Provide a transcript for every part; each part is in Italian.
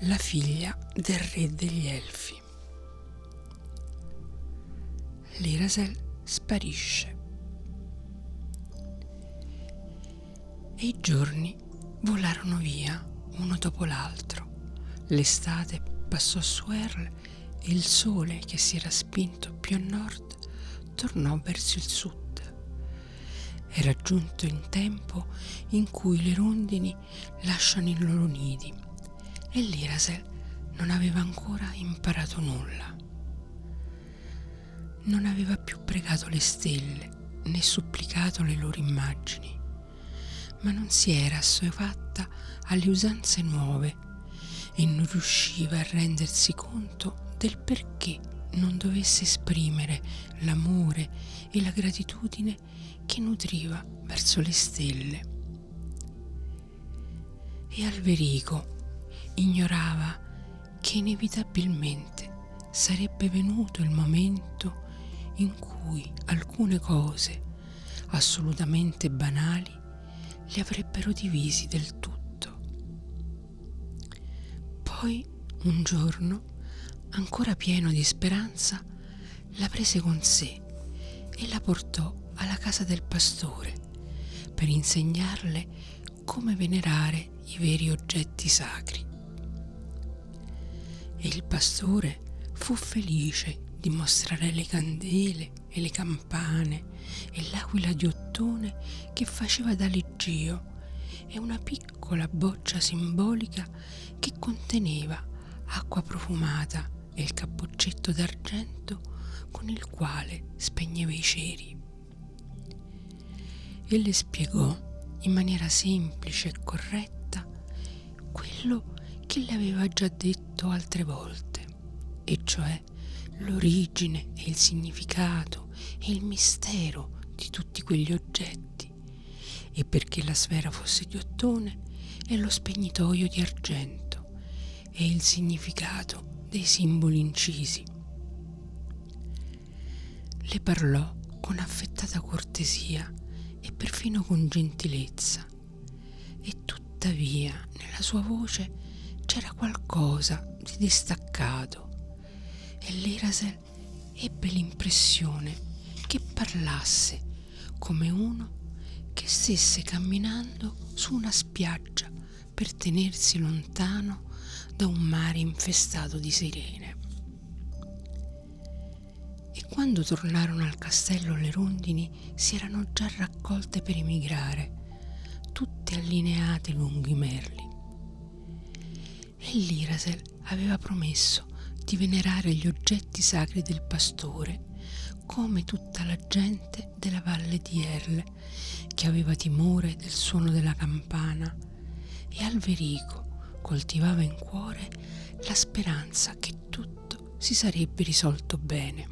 la figlia del re degli Elfi. L'Irasel sparisce e i giorni volarono via uno dopo l'altro. L'estate passò su Erl e il sole, che si era spinto più a nord, tornò verso il sud. Era giunto in tempo in cui le rondini lasciano i loro nidi e l'Irasel non aveva ancora imparato nulla. Non aveva più pregato le stelle né supplicato le loro immagini, ma non si era assuefatta alle usanze nuove e non riusciva a rendersi conto del perché non dovesse esprimere l'amore e la gratitudine che nutriva verso le stelle. E Alverico ignorava che inevitabilmente sarebbe venuto il momento in cui alcune cose assolutamente banali li avrebbero divisi del tutto. Poi un giorno, ancora pieno di speranza, la prese con sé e la portò alla casa del pastore per insegnarle come venerare i veri oggetti sacri. E il pastore fu felice di mostrare le candele e le campane e l'aquila di ottone che faceva da leggio e una piccola boccia simbolica che conteneva acqua profumata e il cappuccetto d'argento con il quale spegneva i ceri. E le spiegò in maniera semplice e corretta quello che le aveva già detto altre volte, e cioè l'origine e il significato e il mistero di tutti quegli oggetti, e perché la sfera fosse di ottone e lo spegnitoio di argento, e il significato dei simboli incisi. Le parlò con affettata cortesia e perfino con gentilezza, e tuttavia nella sua voce c'era qualcosa di distaccato, e l'Irasel ebbe l'impressione che parlasse come uno che stesse camminando su una spiaggia per tenersi lontano da un mare infestato di sirene. E quando tornarono al castello le rondini si erano già raccolte per emigrare, tutte allineate lungo i merli. E l'Irasel aveva promesso di venerare gli oggetti sacri del pastore, come tutta la gente della valle di Erl, che aveva timore del suono della campana, e Alverico coltivava in cuore la speranza che tutto si sarebbe risolto bene.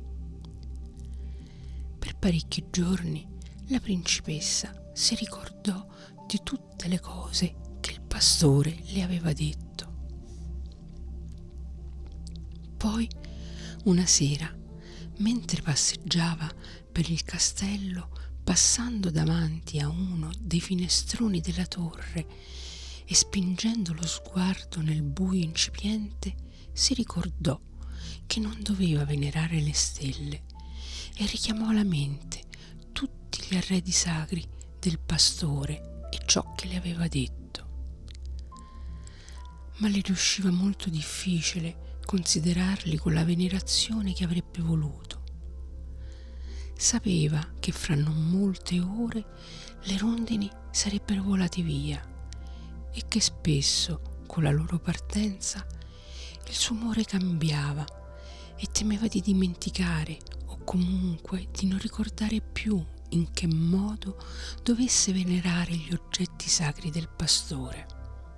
Per parecchi giorni la principessa si ricordò di tutte le cose che il pastore le aveva detto. Poi, una sera, mentre passeggiava per il castello, passando davanti a uno dei finestroni della torre e spingendo lo sguardo nel buio incipiente, si ricordò che non doveva venerare le stelle e richiamò alla mente tutti gli arredi sacri del pastore e ciò che le aveva detto. Ma le riusciva molto difficile considerarli con la venerazione che avrebbe voluto. Sapeva che fra non molte ore le rondini sarebbero volate via e che spesso con la loro partenza il suo umore cambiava e temeva di dimenticare o comunque di non ricordare più in che modo dovesse venerare gli oggetti sacri del pastore.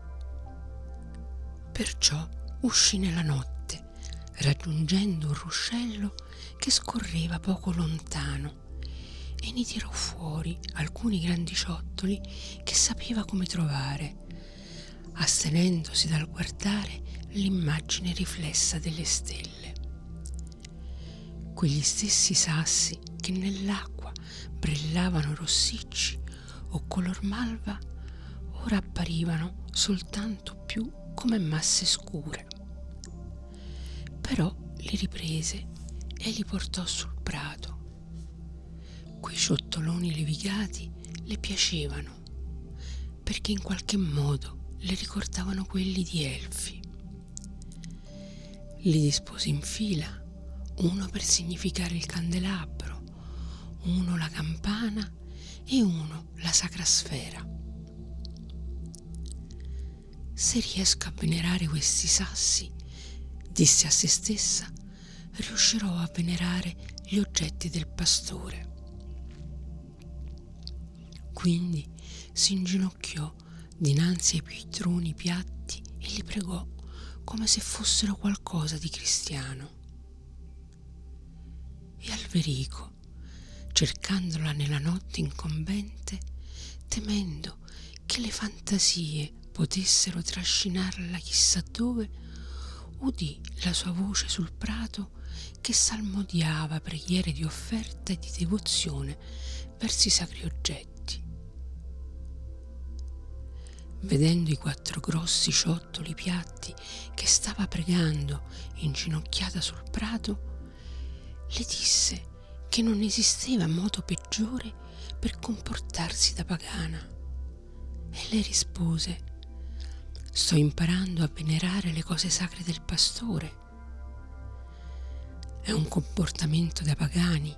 Perciò uscì nella notte, raggiungendo un ruscello che scorreva poco lontano, e ne tirò fuori alcuni grandi ciottoli che sapeva come trovare, astenendosi dal guardare l'immagine riflessa delle stelle. Quegli stessi sassi che nell'acqua brillavano rossicci o color malva ora apparivano soltanto più come masse scure. Però li riprese e li portò sul prato. Quei ciottoloni levigati le piacevano, perché in qualche modo le ricordavano quelli di Elfi. Li dispose in fila, uno per significare il candelabro, uno la campana e uno la sacra sfera. Se riesco a venerare questi sassi, disse a se stessa, riuscirò a venerare gli oggetti del pastore. Quindi si inginocchiò dinanzi ai pietroni piatti e li pregò come se fossero qualcosa di cristiano. E Alberico, cercandola nella notte incombente, temendo che le fantasie potessero trascinarla chissà dove, udì la sua voce sul prato che salmodiava preghiere di offerta e di devozione verso i sacri oggetti. Vedendo i 4 grossi ciottoli piatti che stava pregando inginocchiata sul prato, le disse che non esisteva modo peggiore per comportarsi da pagana. E lei rispose: sto imparando a venerare le cose sacre del pastore. È un comportamento da pagani.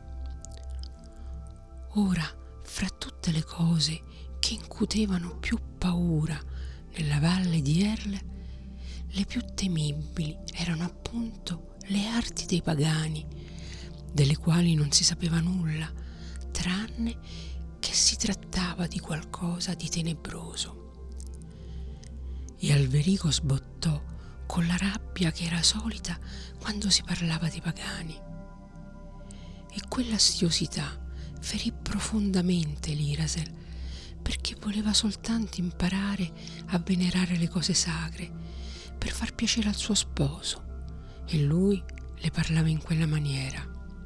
Ora, fra tutte le cose che incutevano più paura nella valle di Erle, le più temibili erano appunto le arti dei pagani, delle quali non si sapeva nulla, tranne che si trattava di qualcosa di tenebroso. E Alberico sbottò con la rabbia che era solita quando si parlava dei pagani. E quella astiosità ferì profondamente l'Irasel, perché voleva soltanto imparare a venerare le cose sacre per far piacere al suo sposo, e lui le parlava in quella maniera.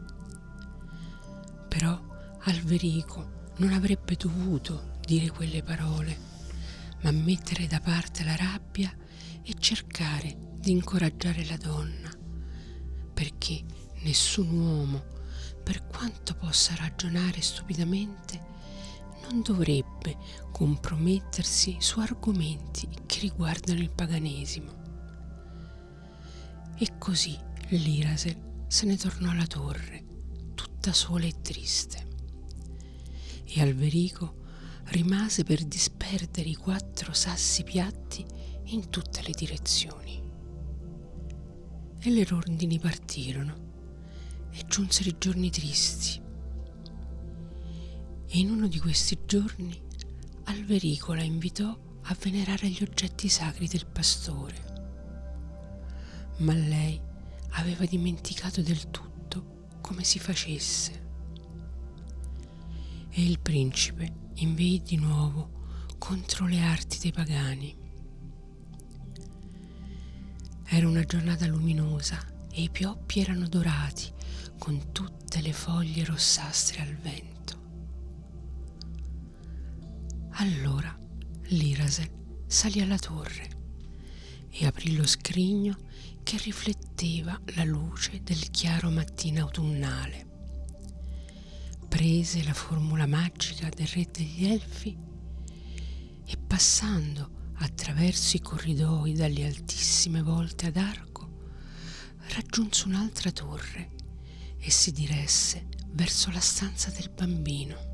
Però Alberico non avrebbe dovuto dire quelle parole, ma mettere da parte la rabbia e cercare di incoraggiare la donna, perché nessun uomo, per quanto possa ragionare stupidamente, non dovrebbe compromettersi su argomenti che riguardano il paganesimo. E così l'Irasel se ne tornò alla torre, tutta sola e triste. E Alberico rimase per disperdere i 4 sassi piatti in tutte le direzioni. E le rondini partirono e giunsero i giorni tristi. E in uno di questi giorni Alberico la invitò a venerare gli oggetti sacri del pastore. Ma lei aveva dimenticato del tutto come si facesse. E il principe inveì di nuovo contro le arti dei pagani. Era una giornata luminosa e i pioppi erano dorati con tutte le foglie rossastre al vento. Allora l'Irasel salì alla torre e aprì lo scrigno che rifletteva la luce del chiaro mattino autunnale. Prese la formula magica del re degli Elfi e, passando attraverso i corridoi dalle altissime volte ad arco, raggiunse un'altra torre e si diresse verso la stanza del bambino.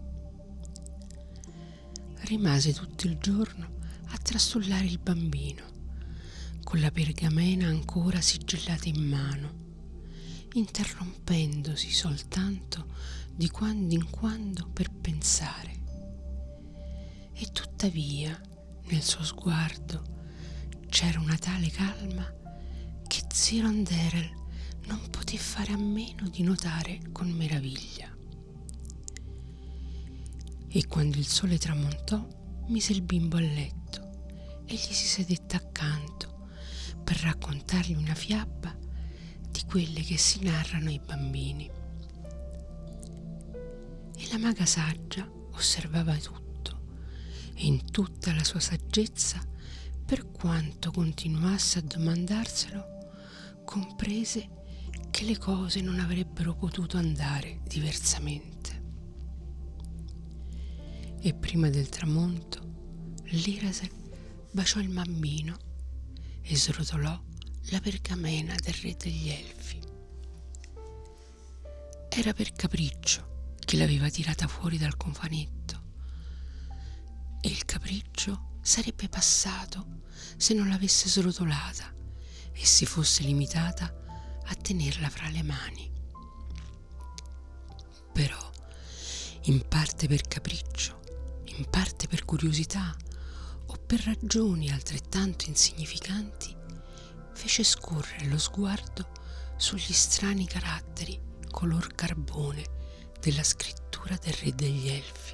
Rimase tutto il giorno a trastullare il bambino, con la pergamena ancora sigillata in mano, interrompendosi soltanto di quando in quando per pensare. E tuttavia nel suo sguardo c'era una tale calma che Zirondurel non poté fare a meno di notare con meraviglia. E quando il sole tramontò, mise il bimbo a letto e gli si sedette accanto per raccontargli una fiaba di quelle che si narrano ai bambini. E la maga saggia osservava tutto e in tutta la sua saggezza per quanto continuasse a domandarselo, comprese che le cose non avrebbero potuto andare diversamente. E prima del tramonto, l'Irasel baciò il bambino e srotolò la pergamena del re degli Elfi. Era per capriccio che l'aveva tirata fuori dal cofanetto, e il capriccio sarebbe passato se non l'avesse srotolata e si fosse limitata a tenerla fra le mani. Però, in parte per capriccio, in parte per curiosità o per ragioni altrettanto insignificanti, fece scorrere lo sguardo sugli strani caratteri color carbone della scrittura del re degli Elfi.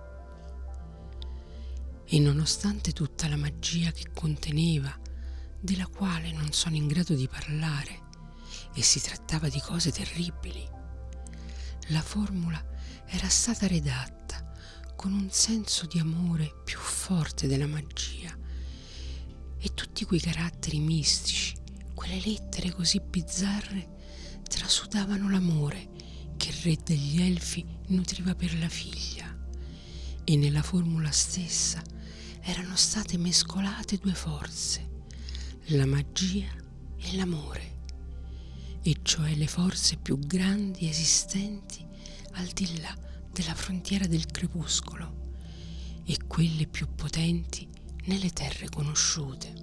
E nonostante tutta la magia che conteneva, della quale non sono in grado di parlare, e si trattava di cose terribili, la formula era stata redatta con un senso di amore più forte della magia, e tutti quei caratteri mistici, quelle lettere così bizzarre, trasudavano l'amore che il re degli Elfi nutriva per la figlia, e nella formula stessa erano state mescolate due forze, la magia e l'amore, e cioè le forze più grandi esistenti al di là della frontiera del crepuscolo e quelle più potenti nelle terre conosciute.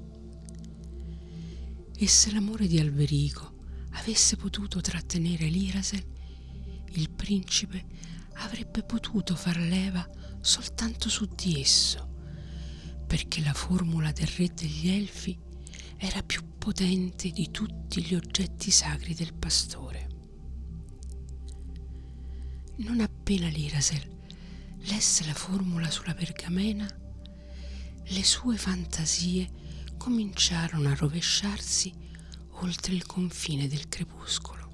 E se l'amore di Alberico avesse potuto trattenere l'Irasel, il principe avrebbe potuto far leva soltanto su di esso, perché la formula del re degli Elfi era più potente di tutti gli oggetti sacri del pastore. Non appena l'Irasel lesse la formula sulla pergamena, le sue fantasie cominciarono a rovesciarsi oltre il confine del crepuscolo.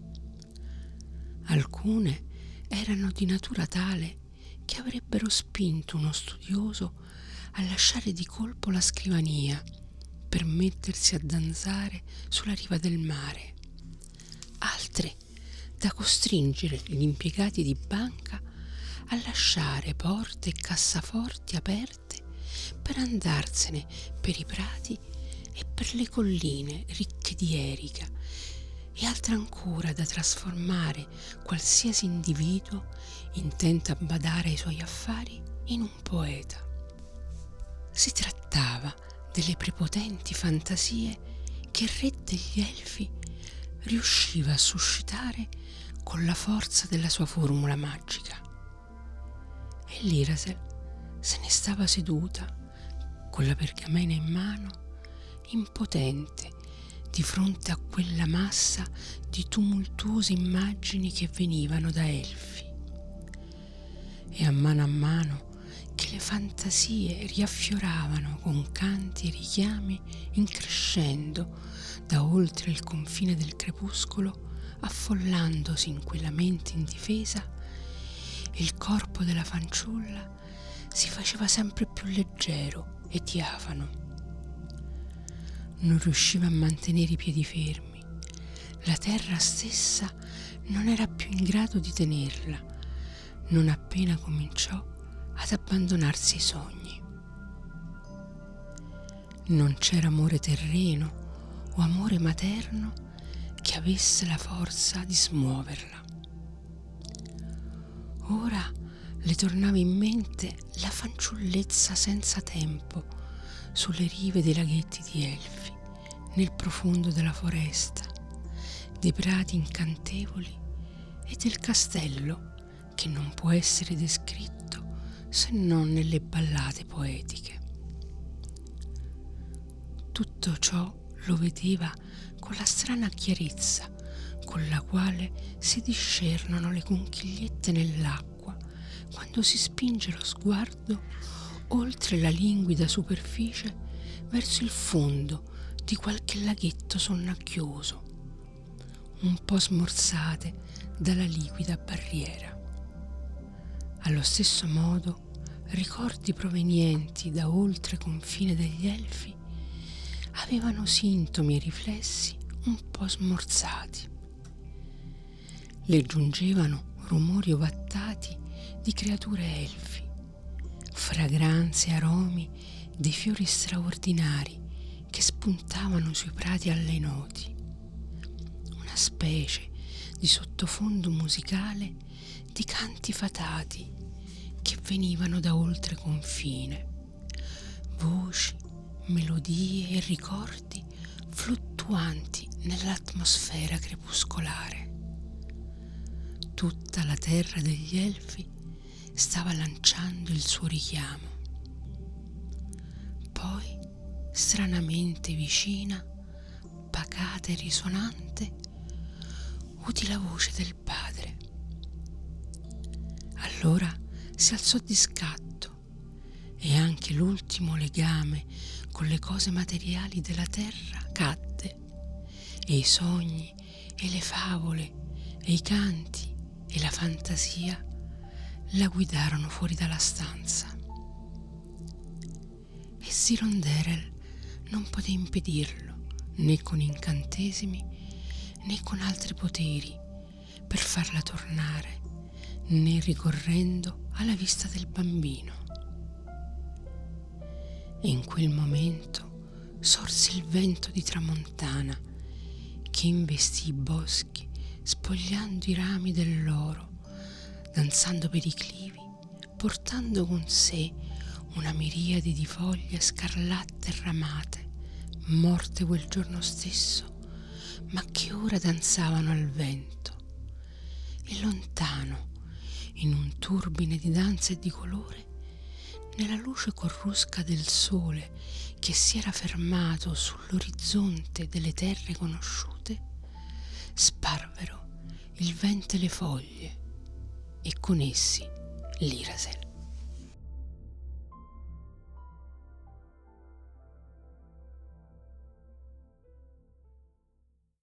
Alcune erano di natura tale che avrebbero spinto uno studioso a lasciare di colpo la scrivania per mettersi a danzare sulla riva del mare, altre da costringere gli impiegati di banca a lasciare porte e cassaforti aperte per andarsene per i prati e per le colline ricche di erica, e altre ancora da trasformare qualsiasi individuo intento a badare ai suoi affari in un poeta. Si trattava delle prepotenti fantasie che il re degli Elfi riusciva a suscitare con la forza della sua formula magica. E l'Irasel se ne stava seduta, con la pergamena in mano, impotente di fronte a quella massa di tumultuose immagini che venivano da Elfi. E a mano che le fantasie riaffioravano con canti e richiami in crescendo da oltre il confine del crepuscolo, affollandosi in quella mente indifesa, il corpo della fanciulla si faceva sempre più leggero e diafano. Non riusciva a mantenere i piedi fermi, la terra stessa non era più in grado di tenerla, non appena cominciò ad abbandonarsi ai sogni. Non c'era amore terreno o amore materno che avesse la forza di smuoverla. Ora le tornava in mente la fanciullezza senza tempo sulle rive dei laghetti di Elfi, nel profondo della foresta, dei prati incantevoli e del castello che non può essere descritto se non nelle ballate poetiche. Tutto ciò lo vedeva con la strana chiarezza con la quale si discernono le conchigliette nell'acqua quando si spinge lo sguardo oltre la liquida superficie verso il fondo di qualche laghetto sonnacchioso, un po' smorzate dalla liquida barriera. Allo stesso modo ricordi provenienti da oltre confine degli Elfi avevano sintomi e riflessi un po' smorzati. Le giungevano rumori ovattati di creature elfi, fragranze e aromi di fiori straordinari che spuntavano sui prati alle noti, una specie di sottofondo musicale di canti fatati che venivano da oltre confine, voci, melodie e ricordi fluttuanti nell'atmosfera crepuscolare. Tutta la terra degli Elfi stava lanciando il suo richiamo. Poi, stranamente vicina, pacata e risonante, udì la voce del padre. Allora si alzò di scatto e anche l'ultimo legame con le cose materiali della terra cadde, e i sogni e le favole e i canti e la fantasia la guidarono fuori dalla stanza. E Zironderel non poté impedirlo, né con incantesimi né con altri poteri, per farla tornare, né ricorrendo alla vista del bambino. E in quel momento sorse il vento di tramontana che investì i boschi, spogliando i rami del loro, danzando per i clivi, portando con sé una miriade di foglie scarlatte e ramate, morte quel giorno stesso, ma che ora danzavano al vento. E lontano, in un turbine di danza e di colore, nella luce corrusca del sole che si era fermato sull'orizzonte delle terre conosciute, sparvero il vento e le foglie, e con essi l'Irasel.